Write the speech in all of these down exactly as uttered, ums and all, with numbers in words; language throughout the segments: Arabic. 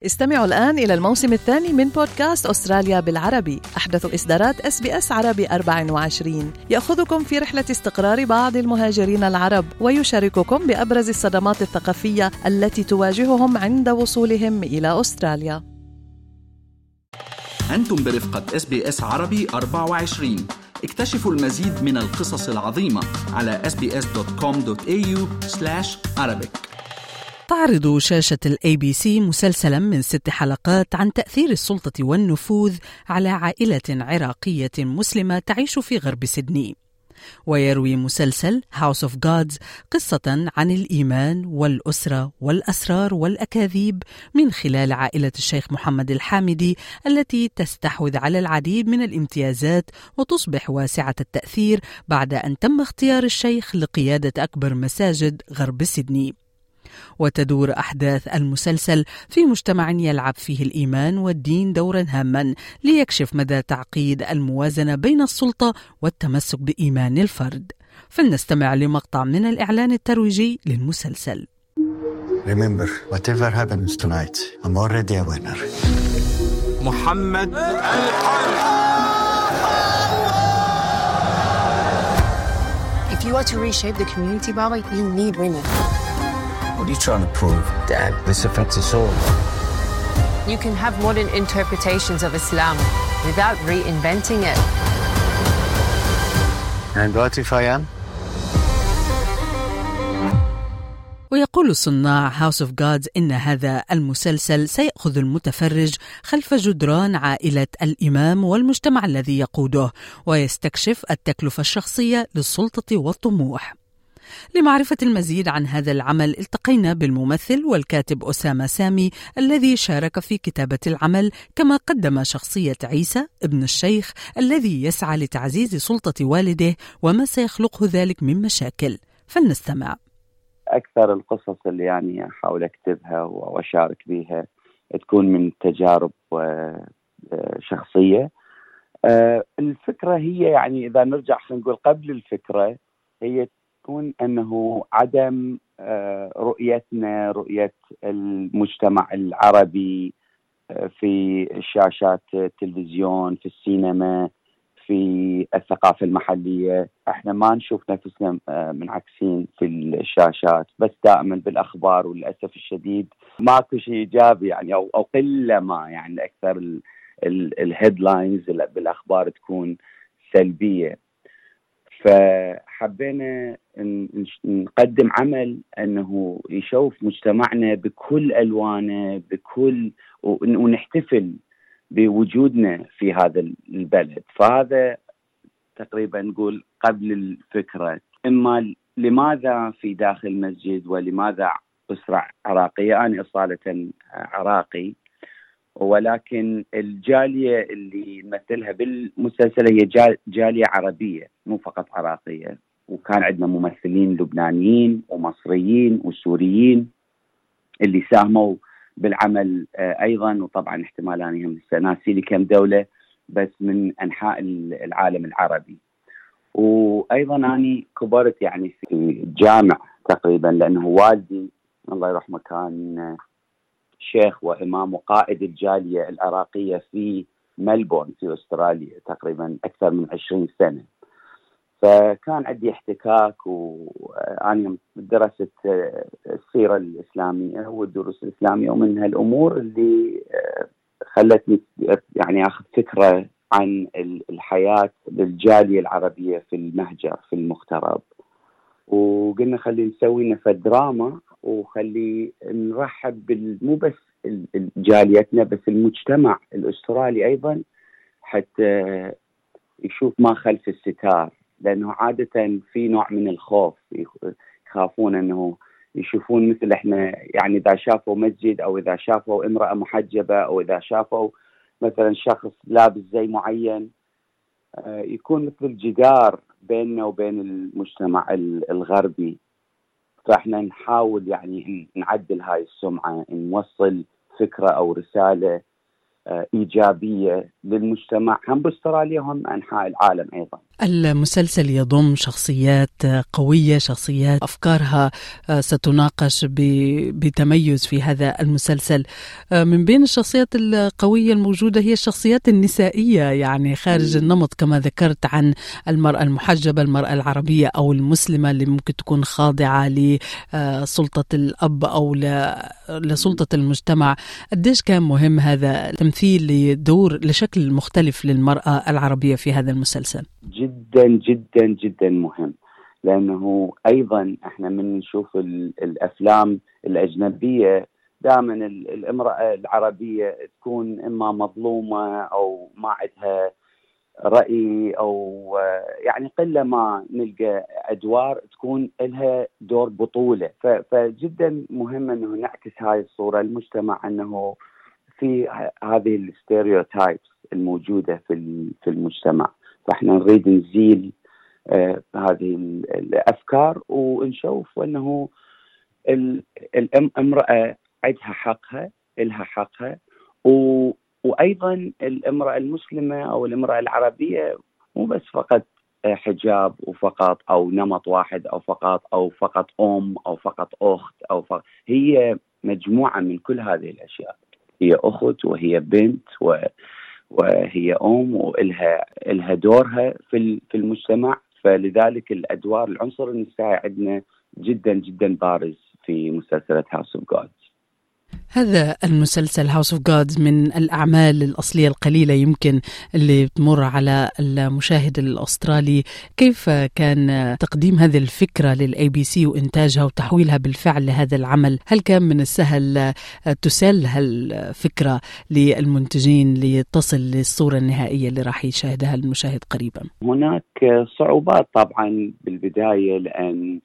استمعوا الآن إلى الموسم الثاني من بودكاست أستراليا بالعربي، أحدث إصدارات إس بي إس عربي أربعة وعشرين، يأخذكم في رحلة استقرار بعض المهاجرين العرب ويشارككم بأبرز الصدمات الثقافية التي تواجههم عند وصولهم إلى أستراليا. أنتم برفقة إس بي إس عربي أربعة وعشرين. اكتشفوا المزيد من القصص العظيمة على إس بي إس دوت كوم دوت إيه يو سلاش عربيك. تعرض شاشة ال إيه بي سي مسلسلا من ست حلقات عن تأثير السلطة والنفوذ على عائلة عراقية مسلمة تعيش في غرب سيدني. ويروي مسلسل House of Gods قصة عن الإيمان والأسرة والأسرار والأكاذيب من خلال عائلة الشيخ محمد الحامدي التي تستحوذ على العديد من الامتيازات وتصبح واسعة التأثير بعد أن تم اختيار الشيخ لقيادة أكبر مساجد غرب سيدني. وتدور أحداث المسلسل في مجتمع يلعب فيه الإيمان والدين دورا هاما ليكشف مدى تعقيد الموازنة بين السلطة والتمسك بإيمان الفرد. فلنستمع لمقطع من الإعلان الترويجي للمسلسل. Remember, whatever happens tonight, I'm already a winner. محمد If you are to reshape the community, Baba, you need women. What are you trying to prove, Dad? This affects us all. You can have modern interpretations of Islam without reinventing it. And what if I am? ويقول صناع House of Gods إن هذا المسلسل سيأخذ المتفرج خلف جدران عائلة الإمام والمجتمع الذي يقوده، ويستكشف التكلفة الشخصية للسلطة والطموح. لمعرفة المزيد عن هذا العمل التقينا بالممثل والكاتب أسامة سامي الذي شارك في كتابة العمل، كما قدم شخصية عيسى ابن الشيخ الذي يسعى لتعزيز سلطة والده وما سيخلقه ذلك من مشاكل. فلنستمع. أكثر القصص اللي يعني أحاول أكتبها وأشارك بها تكون من تجارب شخصية. الفكرة هي يعني إذا نرجع خلينا نقول قبل الفكرة، هي تكون أنه عدم رؤيتنا رؤية المجتمع العربي في شاشات التلفزيون، في السينما، في الثقافة المحلية. احنا ما نشوف نفسنا منعكسين في الشاشات، بس دائما بالأخبار، وللأسف الشديد ماكو شيء إيجابي يعني، أو أو قلة ما يعني أكثر الهيدلاينز بالأخبار تكون سلبية. فحبينا نقدم عمل أنه يشوف مجتمعنا بكل ألوانه، بكل ونحتفل بوجودنا في هذا البلد. فهذا تقريبا نقول قبل الفكرة، إما لماذا في داخل المسجد ولماذا أسرة عراقية. أنا أصالة عراقي، ولكن الجالية اللي نمثلها بالمسلسل هي جالية عربية مو فقط عراقية. وكان عندنا ممثلين لبنانيين ومصريين وسوريين اللي ساهموا بالعمل أيضا، وطبعا احتمال أنهم ناسي لي كم دولة بس من أنحاء العالم العربي. وأيضا أنا كبرت يعني في جامع تقريبا، لأنه والدي الله يرحمه كان شيخ وإمام وقائد الجالية العراقية في ملبورن في أستراليا تقريبا أكثر من عشرين سنة. فكان عندي احتكاك، وأنا درست السيرة الإسلامية والدروس الإسلامية، ومن هالأمور اللي خلتني يعني أخذ فكرة عن الحياة بالجالية العربية في المهجر في المغترب. وقلنا خلي نسوي نفس دراما، وخلي نرحب مو بس جاليتنا بس المجتمع الأسترالي أيضا، حتى يشوف ما خلف الستار. لأنه عادة في نوع من الخوف، يخافون أنه يشوفون مثل إحنا يعني إذا شافوا مسجد، أو إذا شافوا امرأة محجبة، أو إذا شافوا مثلا شخص لابس زي معين، يكون مثل جدار بيننا وبين المجتمع الغربي. فإحنا نحاول يعني نعدل هاي السمعة، نوصل فكرة أو رسالة إيجابية للمجتمع هم بأستراليا وهم أنحاء العالم أيضا. المسلسل يضم شخصيات قوية، شخصيات أفكارها ستناقش بتميز في هذا المسلسل. من بين الشخصيات القوية الموجودة هي الشخصيات النسائية، يعني خارج النمط كما ذكرت عن المرأة المحجبة، المرأة العربية أو المسلمة اللي ممكن تكون خاضعة لسلطة الأب أو لسلطة المجتمع. قديش كان مهم هذا التمثيل لدور لشكل مختلف للمرأة العربية في هذا المسلسل؟ جدا جدا جدا مهم، لأنه أيضا احنا من نشوف الأفلام الأجنبية دائما الامرأة العربية تكون إما مظلومة أو ما عندها رأي، أو يعني قلة ما نلقى أدوار تكون لها دور بطولة. فجدا مهم أنه نعكس هاي الصورة المجتمع، أنه في هذه الستيريوتايبس الموجودة في في المجتمع، فاحنا نريد نزيل آه هذه الأفكار ونشوف أنه الامرأة عندها حقها، إلها حقها، و وأيضا الامرأة المسلمة أو الامرأة العربية مو بس فقط حجاب وفقط أو نمط واحد أو فقط أو فقط أم أو فقط أخت أو فقط، هي مجموعة من كل هذه الأشياء. هي أخت وهي بنت و وهي أم وإلها إلها دورها في في المجتمع. فلذلك الأدوار العنصر النسائي عندنا جدا جدا بارز في مسلسل House of Gods. هذا المسلسل House of Gods من الأعمال الأصلية القليلة يمكن اللي بتمر على المشاهد الأسترالي. كيف كان تقديم هذه الفكرة للأي بي سي وإنتاجها وتحويلها بالفعل لهذا العمل؟ هل كان من السهل تسل هالفكرة للمنتجين لتصل للصورة النهائية اللي راح يشاهدها المشاهد قريبا؟ هناك صعوبات طبعا بالبداية، لأن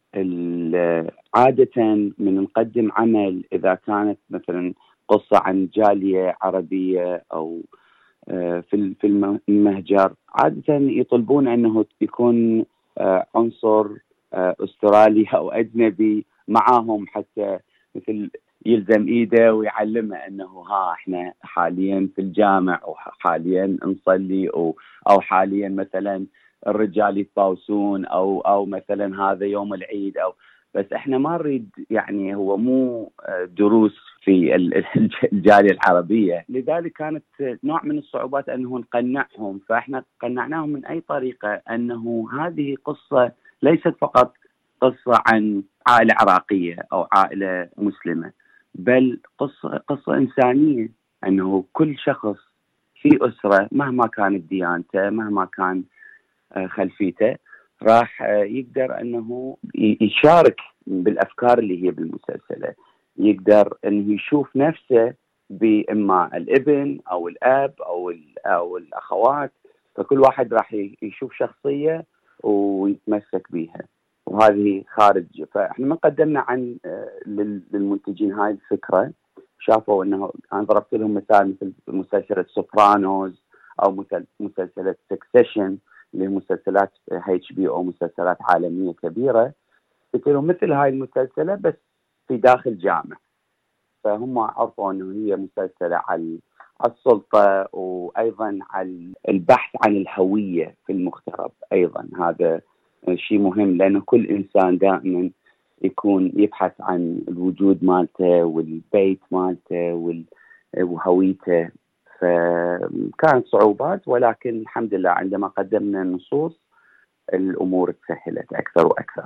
عادة من نقدم عمل إذا كانت مثلا قصة عن جالية عربية أو في في المهجر، عادة يطلبون أنه يكون عنصر أسترالي أو أجنبي معهم حتى مثل يلزم إيده ويعلمه أنه ها إحنا حاليا في الجامع أو حاليا نصلي أو أو حاليا مثلا الرجال يتباوسون أو أو مثلا هذا يوم العيد أو بس إحنا ما نريد، يعني هو مو دروس في الجالية العربية. لذلك كانت نوع من الصعوبات أنه نقنعهم، فإحنا قنعناهم من أي طريقة أنه هذه قصة ليست فقط قصة عن عائلة عراقية أو عائلة مسلمة، بل قصة قصة إنسانية، أنه كل شخص في أسرة مهما كانت ديانته مهما كان خلفيته راح يقدر أنه يشارك بالأفكار اللي هي بالمسلسلة، يقدر أنه يشوف نفسه بإما الابن أو الأب أو أو الأخوات، فكل واحد راح يشوف شخصية ويتمسك بيها، وهذه خارج. فإحنا ما قدمنا عن للمنتجين هاي الفكرة، شافوا أنه أنا ضربت لهم مثال مثل مسلسلة سوبرانوز أو مسلسلة سكسيشن اللي هي مسلسلات إتش بي أو مسلسلات عالمية كبيرة، قلت لهم مثل هاي المسلسلة بس في داخل جامع، فهم عرفوا أنه هي مسلسلة على السلطة وأيضا على البحث عن الهوية في المغترب. أيضا هذا شيء مهم، لأنه كل إنسان دائما يكون يبحث عن الوجود مالته والبيت مالته وهويته. فكانت صعوبات، ولكن الحمد لله عندما قدمنا النصوص الأمور تسهلت أكثر وأكثر.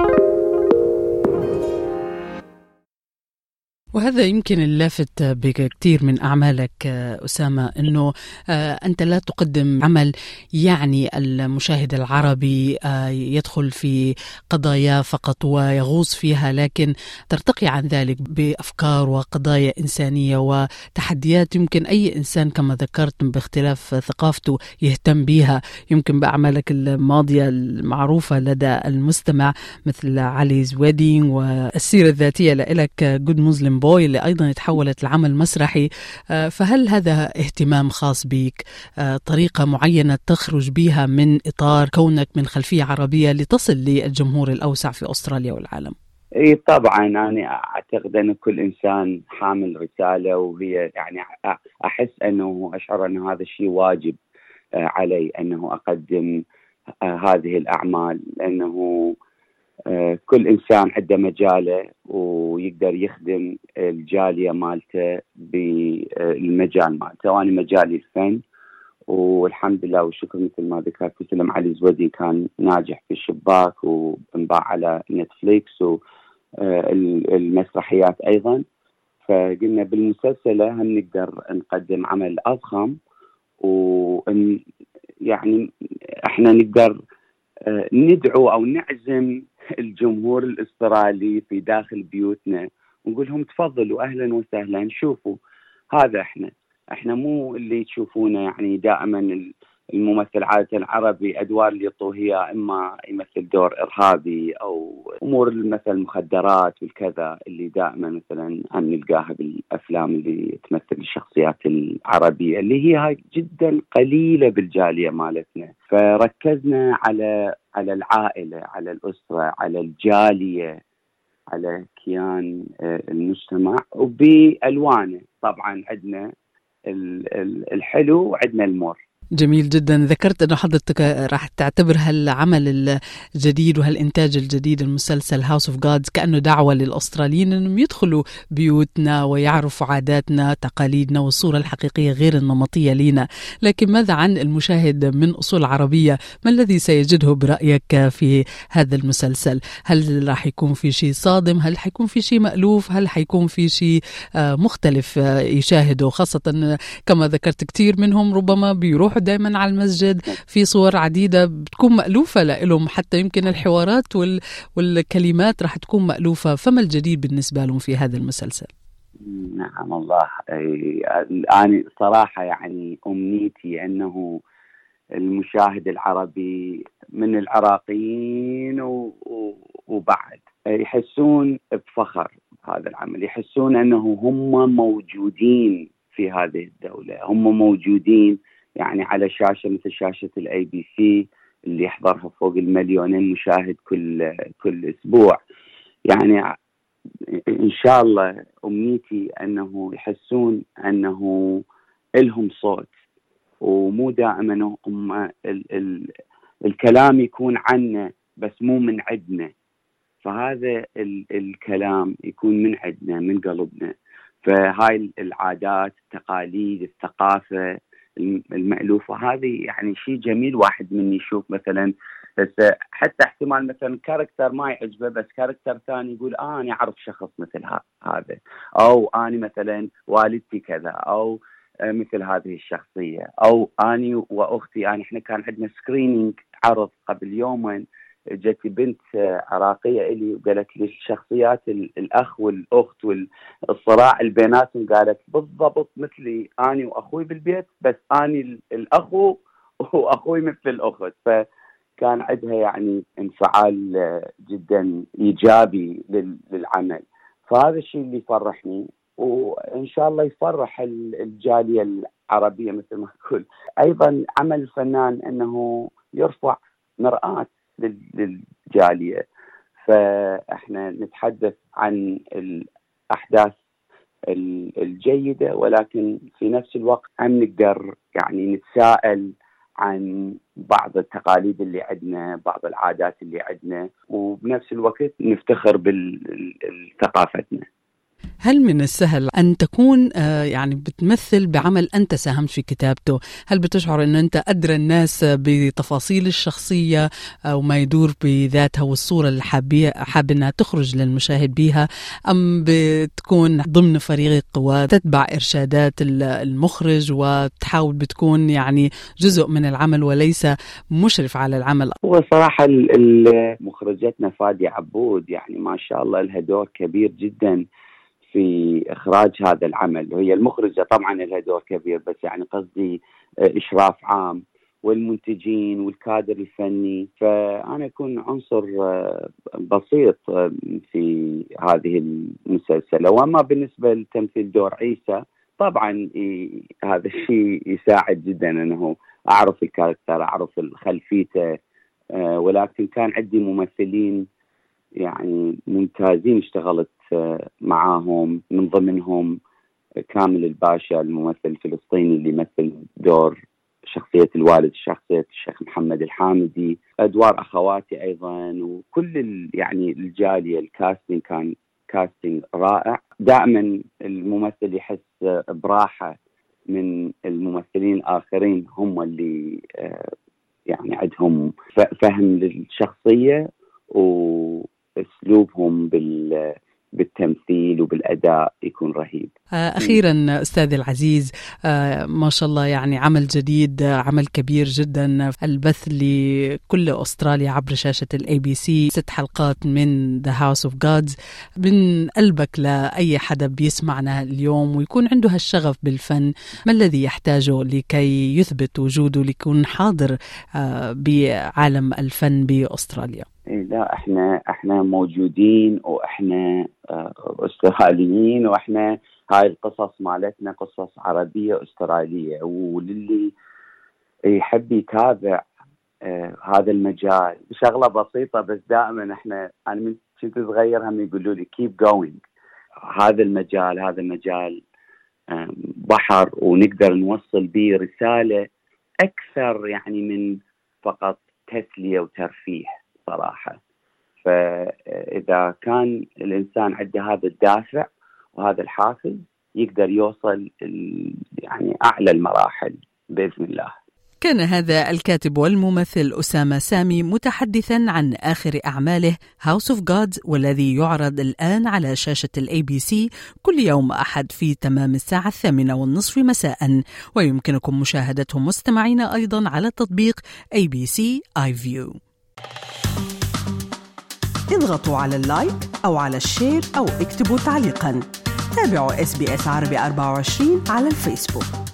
وهذا يمكن اللافت بكثير من أعمالك أسامة، أنه أنت لا تقدم عمل يعني المشاهد العربي يدخل في قضايا فقط ويغوص فيها، لكن ترتقي عن ذلك بأفكار وقضايا إنسانية وتحديات يمكن أي إنسان كما ذكرت باختلاف ثقافته يهتم بها. يمكن بأعمالك الماضية المعروفة لدى المستمع مثل علي's wedding والسيرة الذاتية لك Good Muslim بوي اللي أيضا تحولت لعمل مسرحي. فهل هذا اهتمام خاص بيك، طريقة معينة تخرج بها من إطار كونك من خلفية عربية لتصل للجمهور الأوسع في أستراليا والعالم؟ اي طبعا انا اعتقد ان كل انسان حامل رساله، وهي يعني احس انه اشعر ان هذا الشيء واجب علي انه اقدم هذه الاعمال، لانه كل انسان عنده مجاله ويقدر يخدم الجاليه مالته بالمجال مالته، وانا مجالي الفن والحمد لله والشكر مثل ما ذكرت فيلم علي الزودي كان ناجح في الشباك وانباع على نتفليكس والمسرحيات ايضا. فقلنا بالمسلسل هم نقدر نقدم عمل اضخم، وان يعني احنا نقدر ندعو او نعزم الجمهور الاسترالي في داخل بيوتنا ونقول لهم تفضلوا اهلا وسهلا، شوفوا هذا احنا احنا مو اللي تشوفونه يعني دائما الممثل عادة العربي ادوار اللي يطوه هي اما يمثل دور ارهابي او امور مثل المخدرات والكذا اللي دائما مثلا هم نلقاها بالافلام اللي تمثل الشخصيات العربية اللي هي هاي جدا قليلة بالجالية مالتنا. فركزنا على على العائلة، على الاسرة، على الجالية، على كيان المجتمع وبألوانه. طبعا عندنا الحلو وعندنا المر. جميل جدا. ذكرت أنه حضرتك راح تعتبر هالعمل الجديد وهالإنتاج الجديد المسلسل House of Gods كأنه دعوة للأستراليين أنهم يدخلوا بيوتنا ويعرفوا عاداتنا تقاليدنا والصورة الحقيقية غير النمطية لنا. لكن ماذا عن المشاهد من أصول عربية؟ ما الذي سيجده برأيك في هذا المسلسل؟ هل راح يكون في شيء صادم؟ هل حيكون في شيء مألوف؟ هل حيكون في شيء مختلف يشاهده؟ خاصة كما ذكرت كتير منهم ربما بيروحوا دائما على المسجد، في صور عديدة بتكون مألوفة لهم، حتى يمكن الحوارات وال... والكلمات راح تكون مألوفة. فما الجديد بالنسبة لهم في هذا المسلسل؟ نعم الله، أنا صراحة يعني أمنيتي أنه المشاهد العربي من العراقيين و... وبعد يحسون بفخر هذا العمل، يحسون أنه هم موجودين في هذه الدولة، هم موجودين يعني على شاشة مثل شاشة الاي بي سي اللي يحضرها فوق المليونين مشاهد كل كل اسبوع. يعني ان شاء الله امنيتي انه يحسون انه لهم صوت، ومو دائما هم ال ال الكلام يكون عنا بس مو من عندنا، فهذا ال الكلام يكون من عندنا من قلبنا. فهاي العادات، التقاليد، الثقافة المألوفة هذه يعني شيء جميل واحد من يشوف مثلا، بس حتى احتمال مثلا كاركتر ما يعجبه بس كاركتر ثاني يقول آه أنا أعرف شخص مثل هذا، أو أنا مثلا والدتي كذا، أو مثل هذه الشخصية، أو أنا وأختي. أنا إحنا كان عندنا سكرينينج عرض قبل يومين، جت بنت عراقية إلي وقالت لي الشخصيات الأخ والأخت والصراع البيناتهم، قالت بالضبط مثلي أنا وأخوي بالبيت، بس أنا الأخو وأخوي مثل الأخت. فكان عندها يعني انفعال جدا إيجابي للعمل، فهذا الشيء اللي يفرحني، وإن شاء الله يفرح الجالية العربية مثل ما أقول. أيضا عمل الفنان أنه يرفع مرآة للجالية، فإحنا نتحدث عن الأحداث الجيدة، ولكن في نفس الوقت هم نقدر يعني نتساءل عن بعض التقاليد اللي عندنا، بعض العادات اللي عندنا، وبنفس الوقت نفتخر بالثقافتنا. هل من السهل أن تكون يعني بتمثل بعمل أنت ساهمت في كتابته؟ هل بتشعر أن أنت أدرى الناس بتفاصيل الشخصية أو ما يدور بذاتها والصورة اللي حابة أنها تخرج للمشاهد بيها، أم بتكون ضمن فريق وتتبع إرشادات المخرج وتحاول بتكون يعني جزء من العمل وليس مشرف على العمل؟ هو صراحة مخرجتنا فادية عبود يعني ما شاء الله لها دور كبير جدا في إخراج هذا العمل. هي المخرجة طبعا لها دور كبير، بس يعني قصدي إشراف عام والمنتجين والكادر الفني، فأنا أكون عنصر بسيط في هذه المسلسلة. وأما بالنسبة لتمثيل دور عيسى طبعا هذا الشيء يساعد جدا أنه أعرف الكاركتر، أعرف خلفيته، ولكن كان عندي ممثلين يعني ممتازين اشتغلت معاهم، من ضمنهم كامل الباشا الممثل الفلسطيني اللي يمثل دور شخصية الوالد، شخصية الشيخ محمد الحامدي، أدوار أخواتي أيضا، وكل يعني الجالية. الكاستنج كان كاستنج رائع. دائما الممثل يحس براحة من الممثلين الآخرين، هم اللي يعني عندهم فهم للشخصية وأسلوبهم بال بالتمثيل وبالأداء يكون رهيب. أخيرا أستاذ العزيز، ما شاء الله يعني عمل جديد، عمل كبير جدا، البث لكل أستراليا عبر شاشة الأي بي سي، ست حلقات من The House of Gods. من قلبك لأي حدا بيسمعنا اليوم ويكون عنده هالشغف بالفن، ما الذي يحتاجه لكي يثبت وجوده ليكون حاضر بعالم الفن بأستراليا؟ لا، احنا احنا موجودين، واحنا استراليين، واحنا هاي القصص مالتنا قصص عربية استرالية. وللي يحب يتابع اه هذا المجال، شغلة بسيطة بس دائما احنا، انا من كنت صغير هم يقولوا لي keep going. هذا المجال هذا مجال بحر، ونقدر نوصل به رسالة اكثر يعني من فقط تسلية وترفيه صراحة. فإذا كان الإنسان عنده هذا الدافع وهذا الحافز، يقدر يوصل يعني أعلى المراحل بإذن الله. كان هذا الكاتب والممثل أسامة سامي متحدثاً عن آخر أعماله House of Gods، والذي يعرض الآن على شاشة الأي بي سي كل يوم أحد في تمام الساعة الثامنة والنصف مساءً. ويمكنكم مشاهدته مستمعين أيضاً على تطبيق إيه بي سي iView. اضغطوا على اللايك أو على الشير أو اكتبوا تعليقاً. تابعوا إس بي إس عربي أربعة وعشرين على الفيسبوك.